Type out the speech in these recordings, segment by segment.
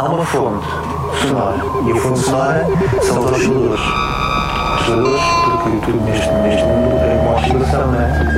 há uma fonte sonora e a fonte sonora são os osciladores. Osciladores, porque tudo neste mundo é uma oscilação, não é?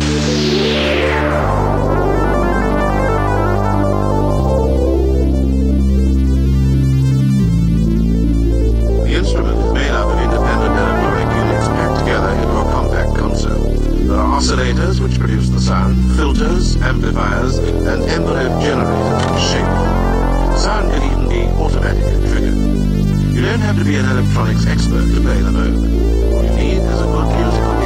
The instrument is made up of independent electronic units packed together into a compact console. There are oscillators which produce the sound, filters, amplifiers, and envelope generators which shape it. Sound can even be automatically triggered. You don't have to be an electronics expert to play the mode. All you need is a good musical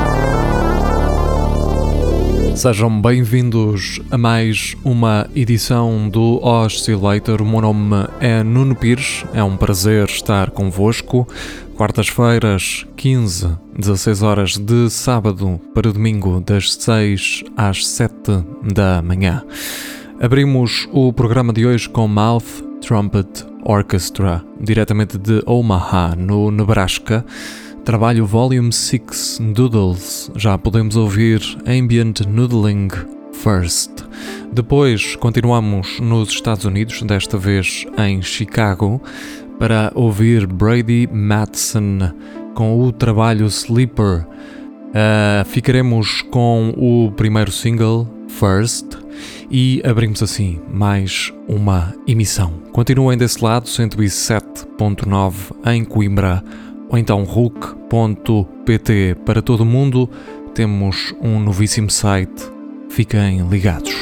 piano. Sejam bem-vindos a mais uma edição do Oscillator. O meu nome é Nuno Pires, é um prazer estar convosco. Quartas-feiras, 16 horas de sábado para domingo, das 6 às 7 da manhã. Abrimos o programa de hoje com Mouth Trumpet Orchestra, diretamente de Omaha, no Nebraska. Trabalho Volume 6 Doodles. Já podemos ouvir Ambient Noodling First. Depois continuamos nos Estados Unidos, desta vez em Chicago, para ouvir Brady Matson com o trabalho Sleeper. Ficaremos com o primeiro single, First, e abrimos assim mais uma emissão. Continuem desse lado, 107.9 em Coimbra, ou então RUC.pt. Para todo o mundo temos um novíssimo site, fiquem ligados.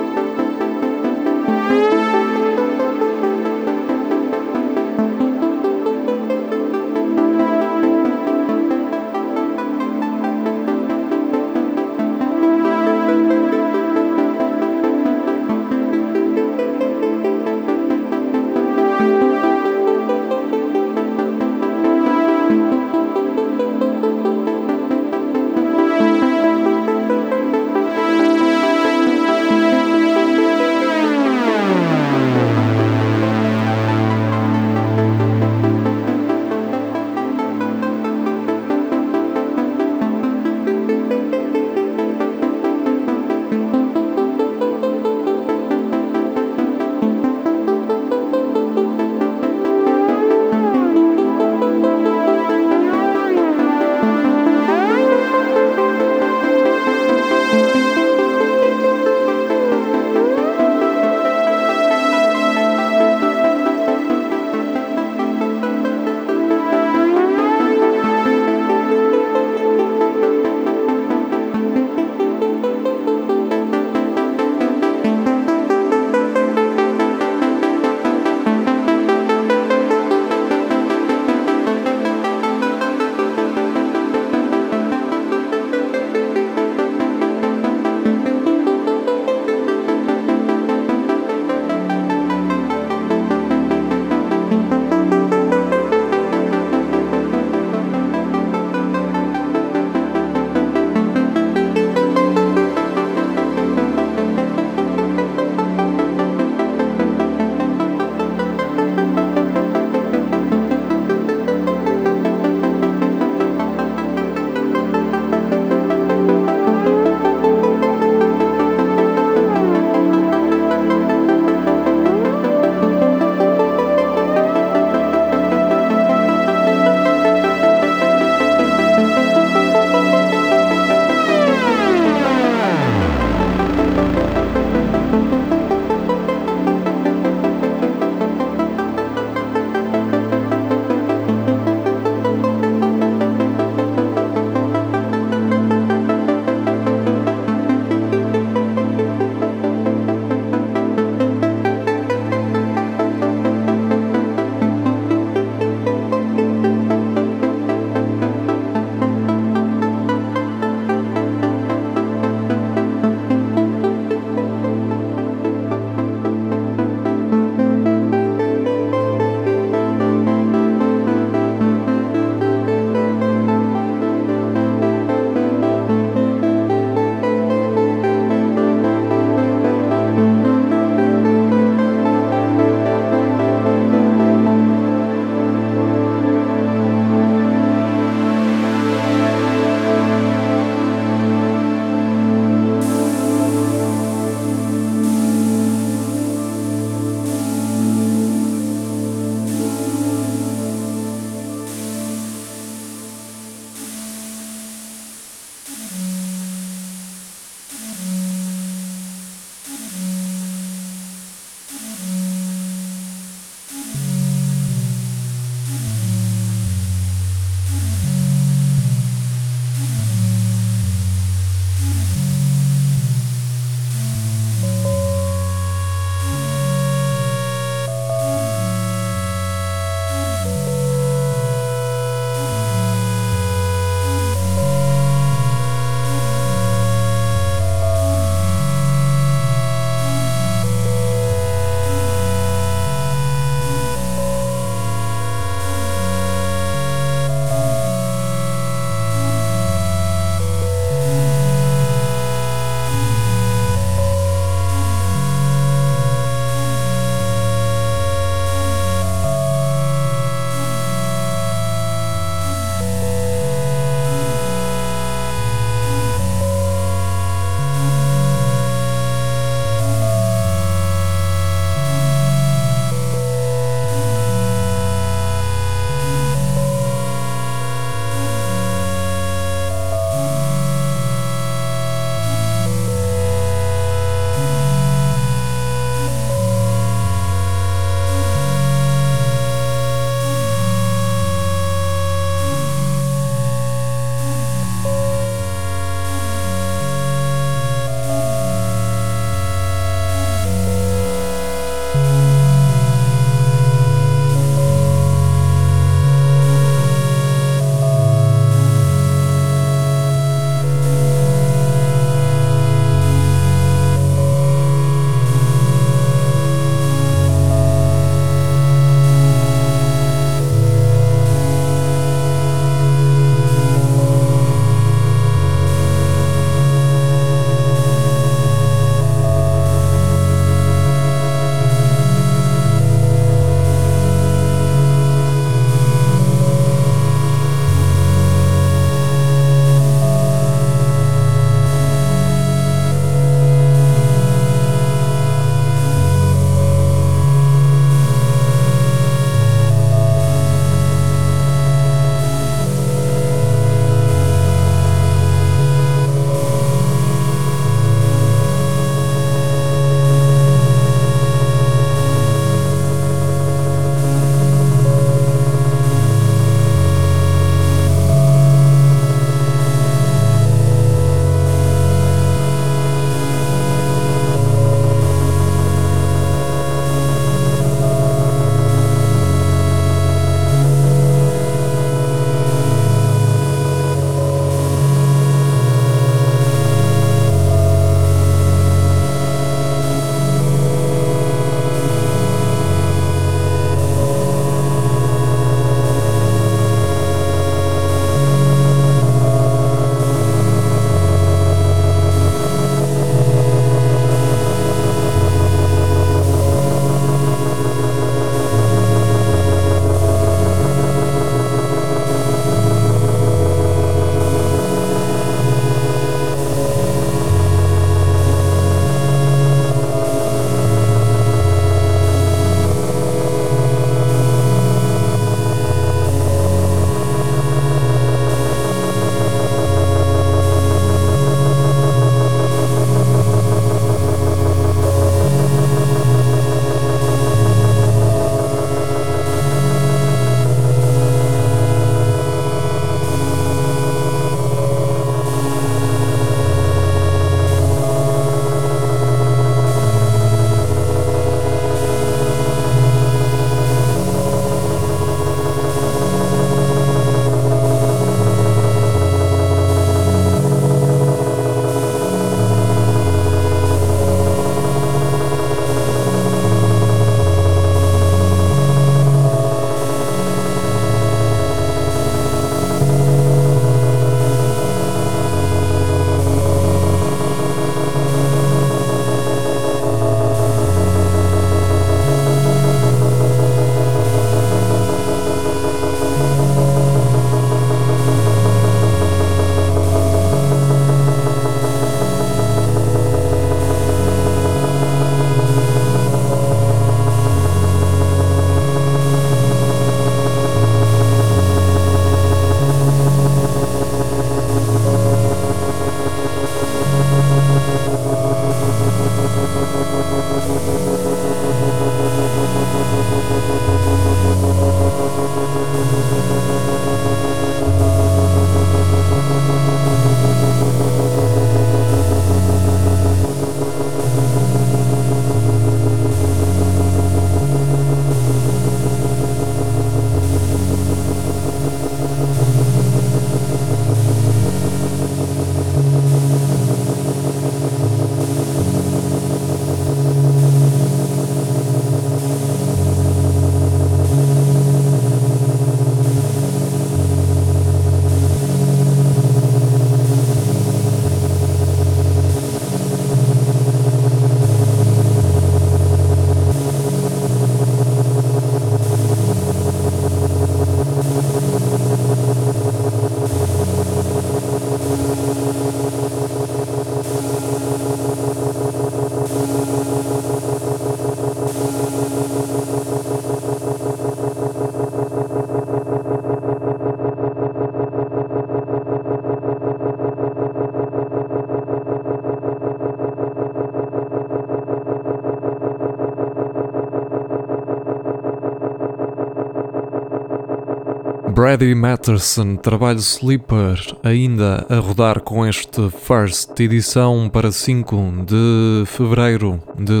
Brady Matterson, trabalho Sleeper, ainda a rodar com este First, edição para 5 de fevereiro de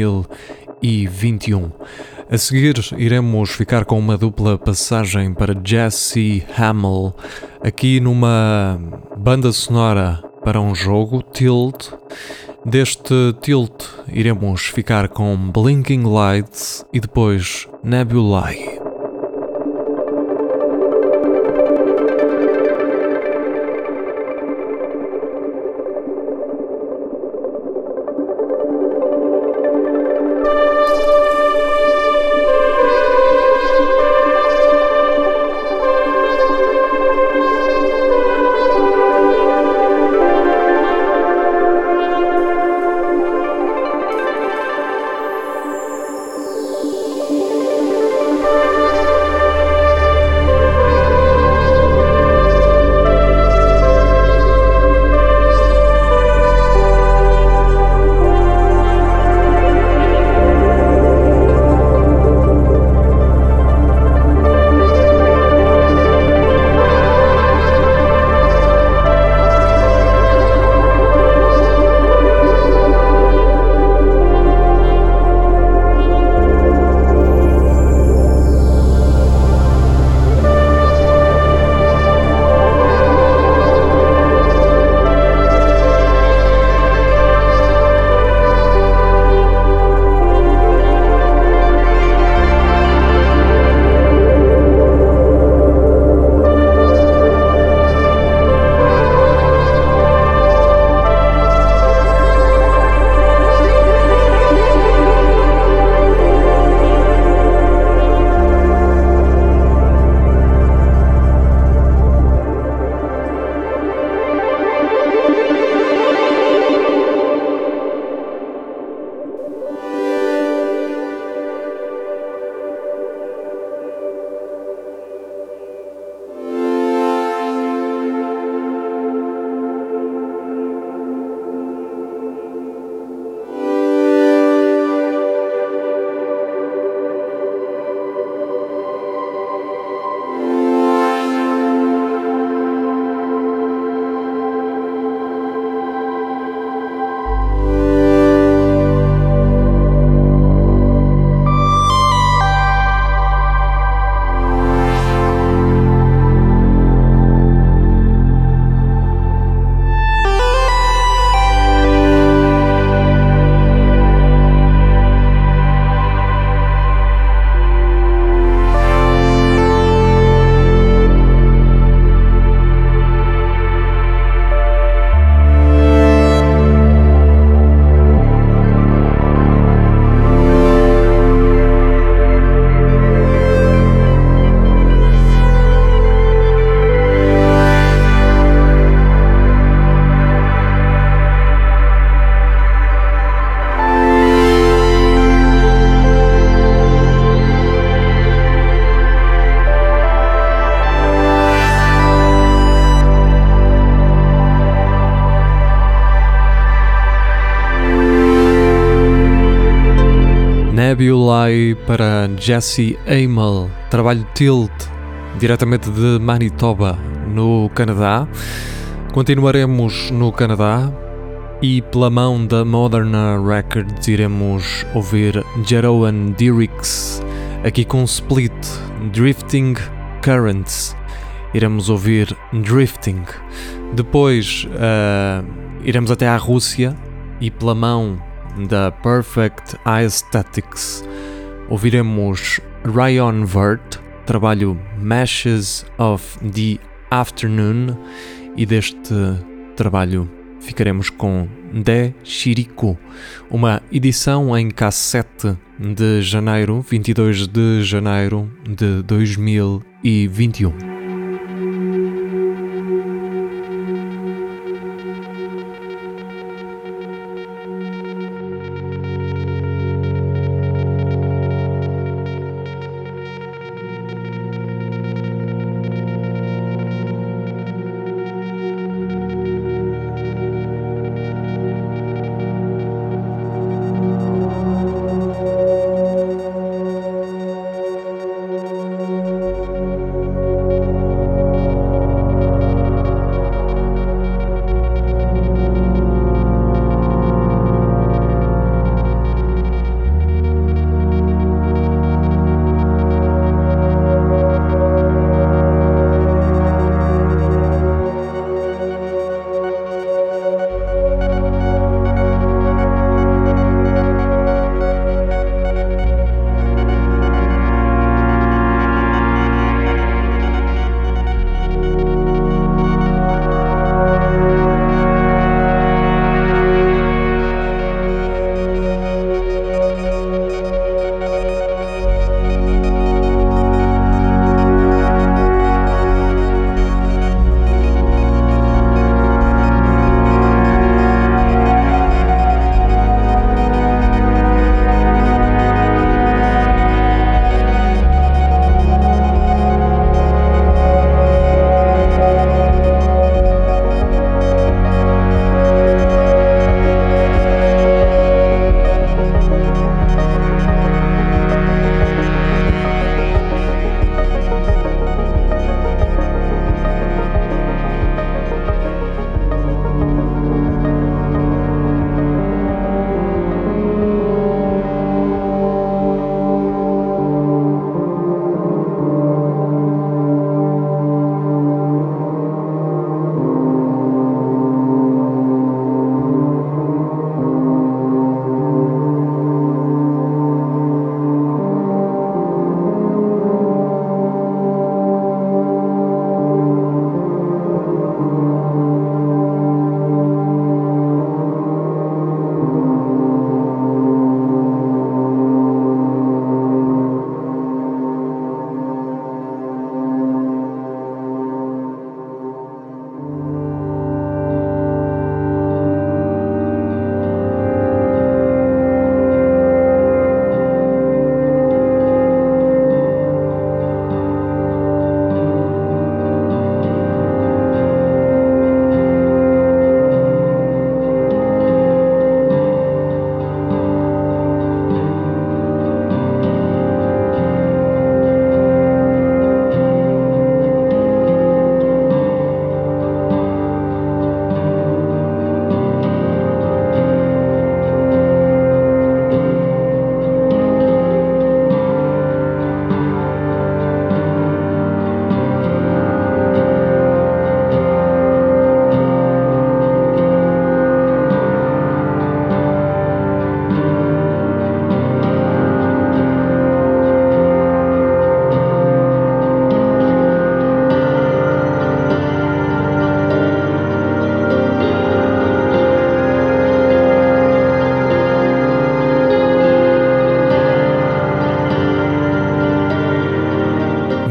2021. A seguir iremos ficar com uma dupla passagem para Jesse Hamill, aqui numa banda sonora para um jogo, Tilt. Deste Tilt iremos ficar com Blinking Lights e depois Nebulae. Nebulae para Jesse Hamill, trabalho Tilt, diretamente de Manitoba, no Canadá. Continuaremos no Canadá e pela mão da Moderna Records iremos ouvir Jeroen Dierix, aqui com Split, Drifting Currents. Iremos ouvir Drifting. Depois iremos até à Rússia e pela mão da Perfect Aesthetics ouviremos Ryan Vert, trabalho Meshes of the Afternoon, e deste trabalho ficaremos com De Chirico, uma edição em cassete de janeiro, 22 de janeiro de 2021.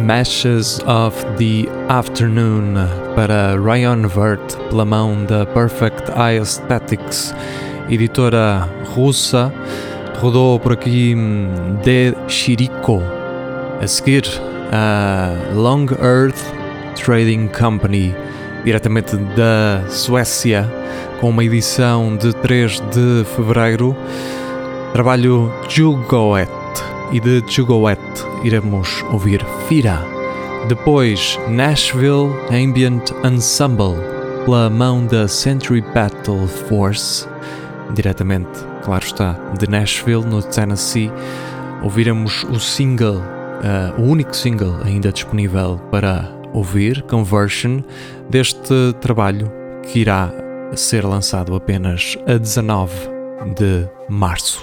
Meshes of the Afternoon para Ryan Vert pela mão da Perfect Eye Aesthetics, editora russa. Rodou por aqui De Chirico. A seguir, a Long Earth Trading Company, diretamente da Suécia, com uma edição de 3 de fevereiro. Trabalho Jugoet, e de Jugoet iremos ouvir Fira. Depois Nashville Ambient Ensemble pela mão da Century Battle Force, diretamente, claro está, de Nashville, no Tennessee. Ouviremos o single, o único single ainda disponível para ouvir, Conversion, deste trabalho que irá ser lançado apenas a 19 de março.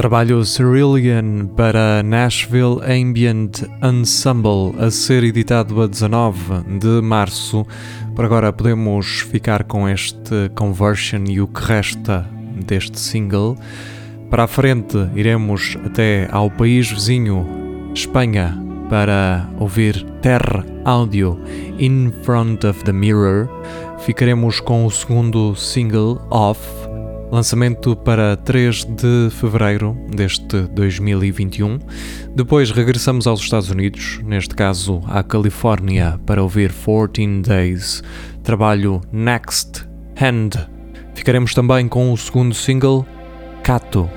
trabalho Cerulean para Nashville Ambient Ensemble, a ser editado a 19 de março. Por agora podemos ficar com este Conversion e o que resta deste single. Para a frente iremos até ao país vizinho, Espanha, para ouvir Terra Audio, In Front of the Mirror. Ficaremos com o segundo single, Off, lançamento para 3 de fevereiro deste 2021. Depois regressamos aos Estados Unidos, neste caso à Califórnia, para ouvir 14 Days, trabalho Next Hand. Ficaremos também com o segundo single, Cato.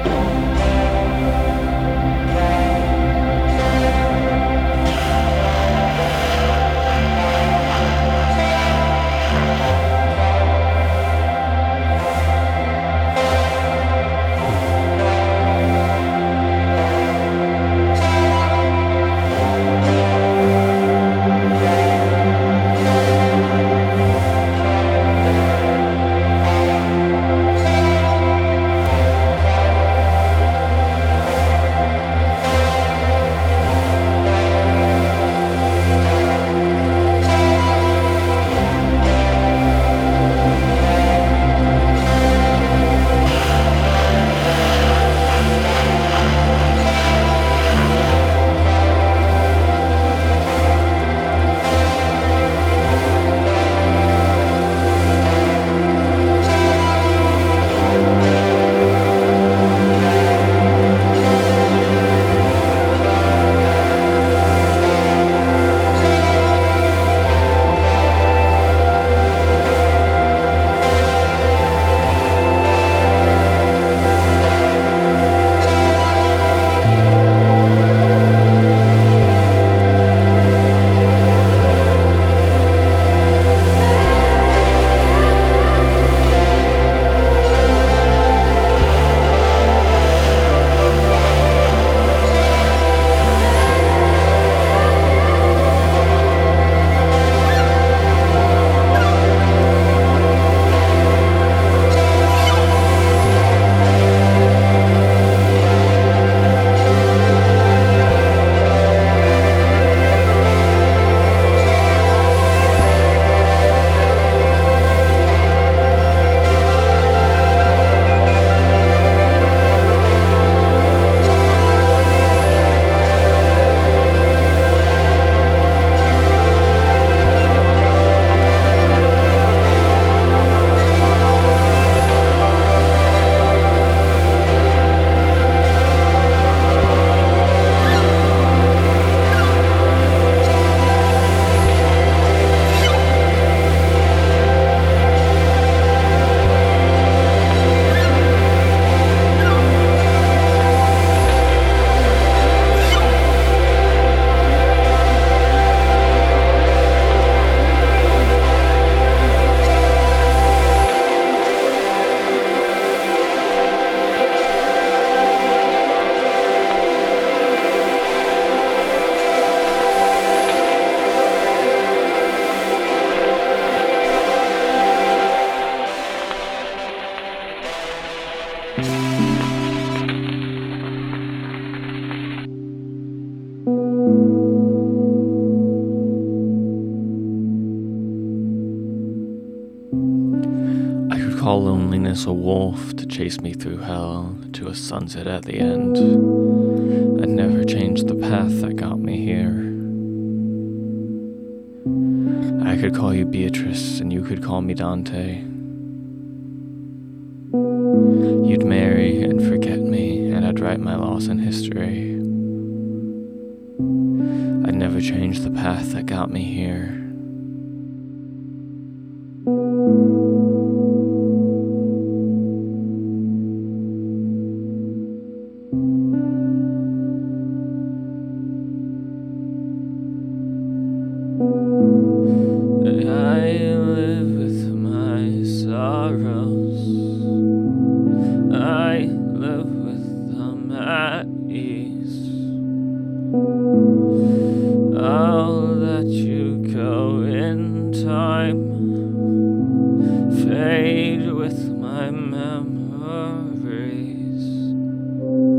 Call loneliness a wolf to chase me through hell to a sunset at the end. I'd never change the path that got me here. I could call you Beatrice and you could call me Dante. You'd marry and forget me and I'd write my loss in history. I'd never change the path that got me here. Fade with my memories.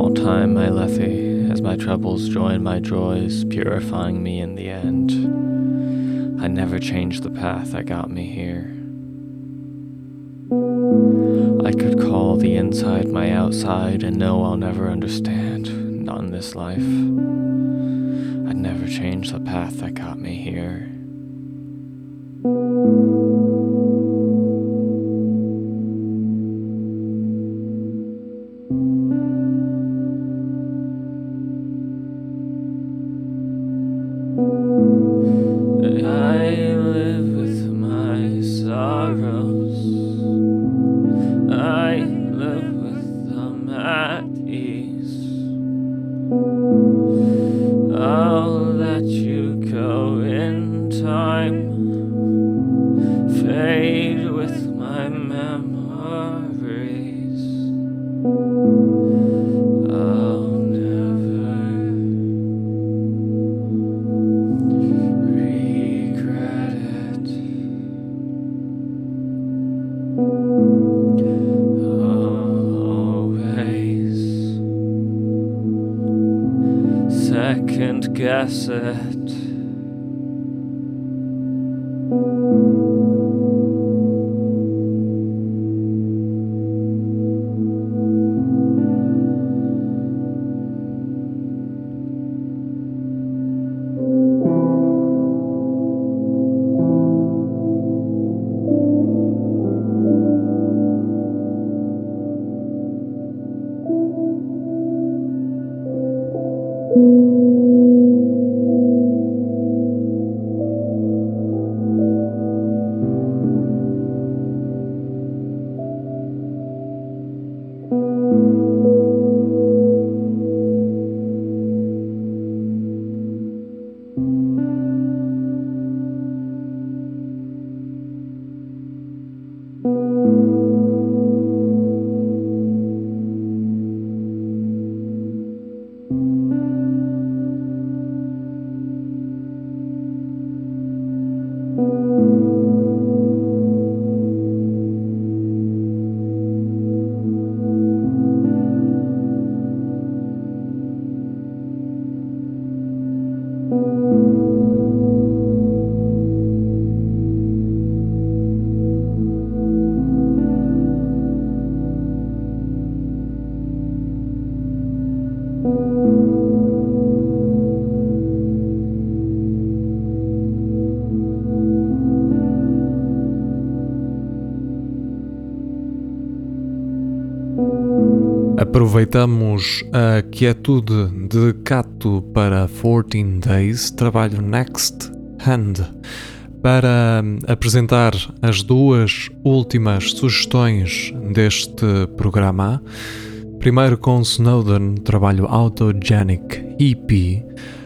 all time, my Lethe, as my troubles join my joys, purifying me in the end. I never changed the path that got me here. I could call the inside my outside and know I'll never understand, not in this life. I'd never change the path that got me here. I live with my sorrows. I live with them at ease. I'll let you go in time, fade with my memories. I'll never regret it. Always second guess it. Aproveitamos a quietude de Cato para 14 Days, trabalho Next Hand, para apresentar as duas últimas sugestões deste programa. Primeiro com Snowden, trabalho Autogenic EP.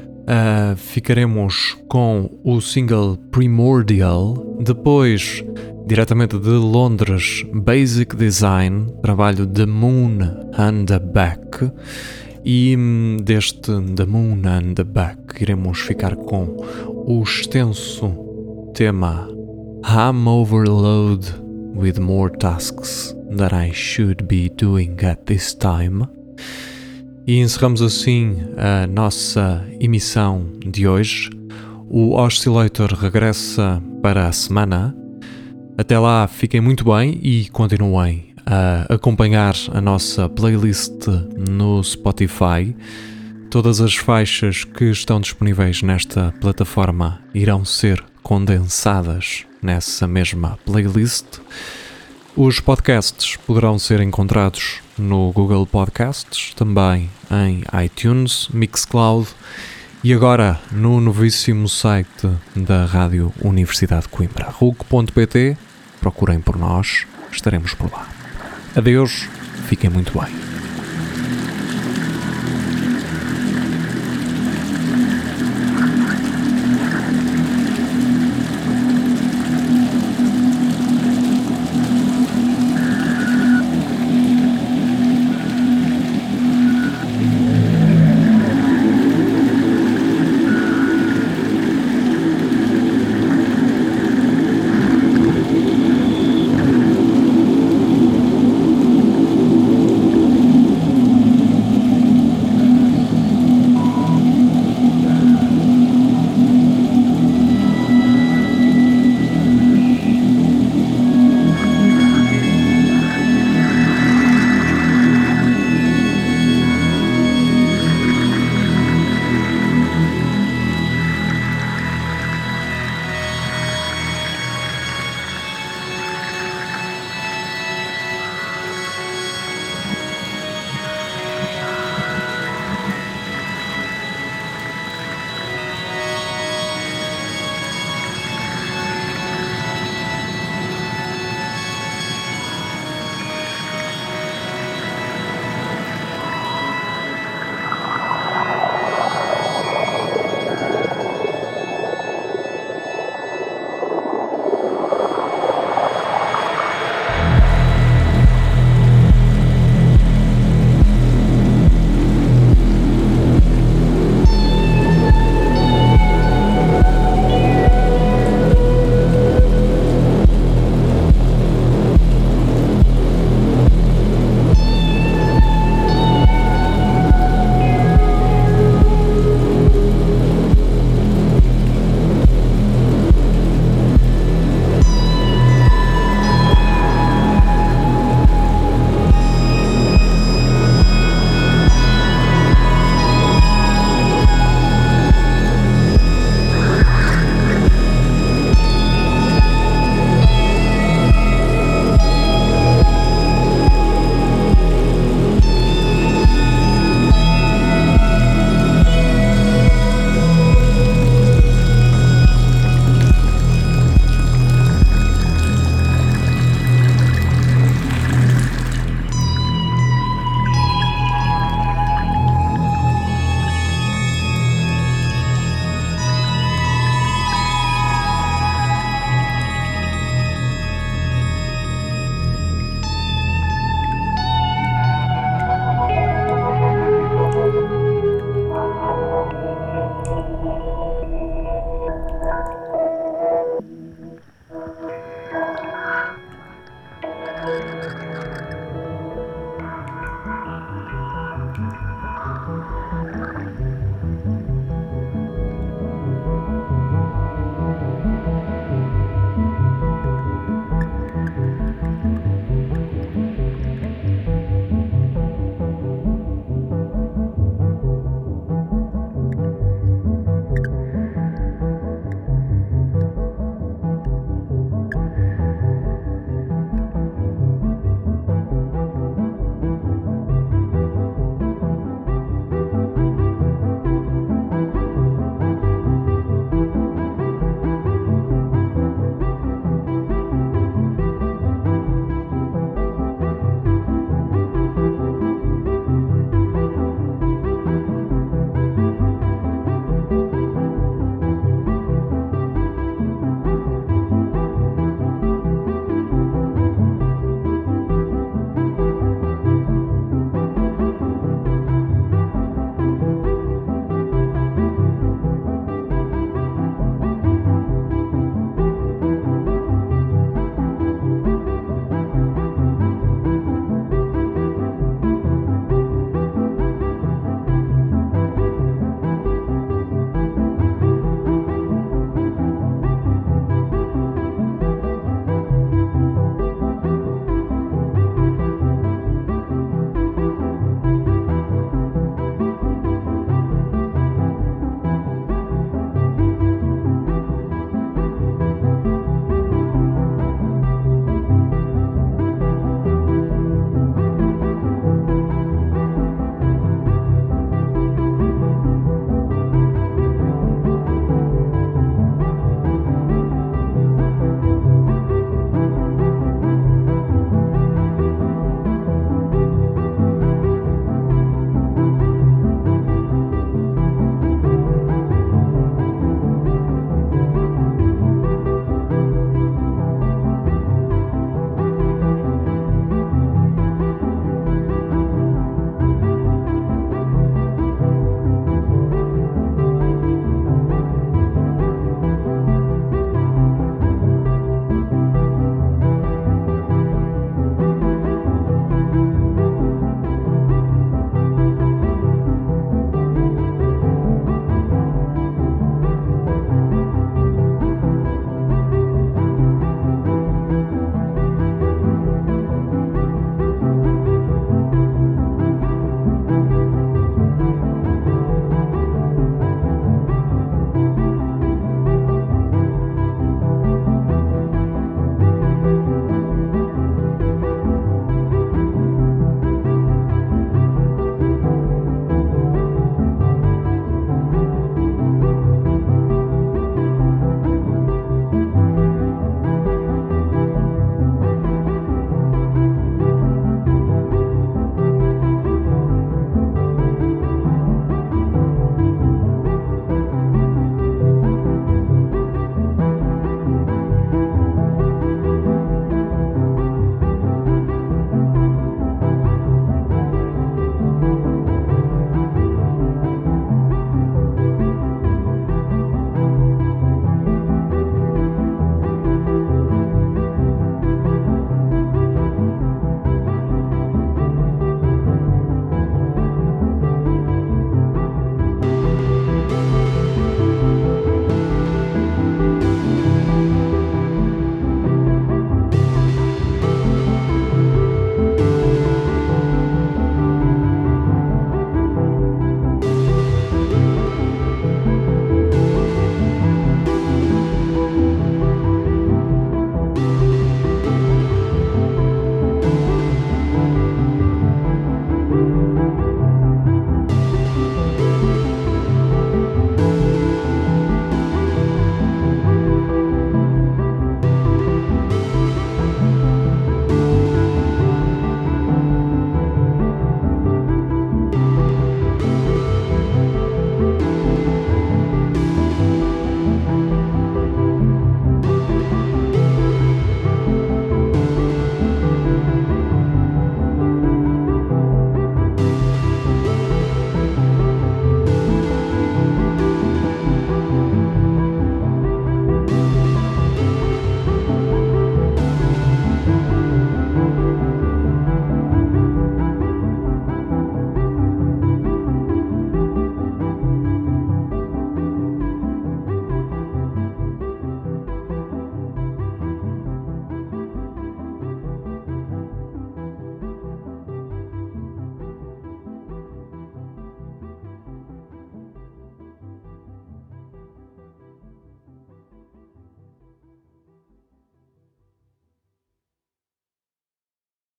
Ficaremos com o single Primordial. Depois, diretamente de Londres, Basic Design, trabalho The Moon and the Back. E deste The Moon and the Back iremos ficar com o extenso tema I'm Overload with more tasks that I should be doing at this time. E encerramos assim a nossa emissão de hoje. O Oscillator regressa para a semana. Até lá, fiquem muito bem e continuem a acompanhar a nossa playlist no Spotify. Todas as faixas que estão disponíveis nesta plataforma irão ser condensadas nessa mesma playlist. Os podcasts poderão ser encontrados no Google Podcasts, também em iTunes, Mixcloud e agora no novíssimo site da Rádio Universidade de Coimbra, RUC.pt. Procurem por nós, estaremos por lá. Adeus, fiquem muito bem.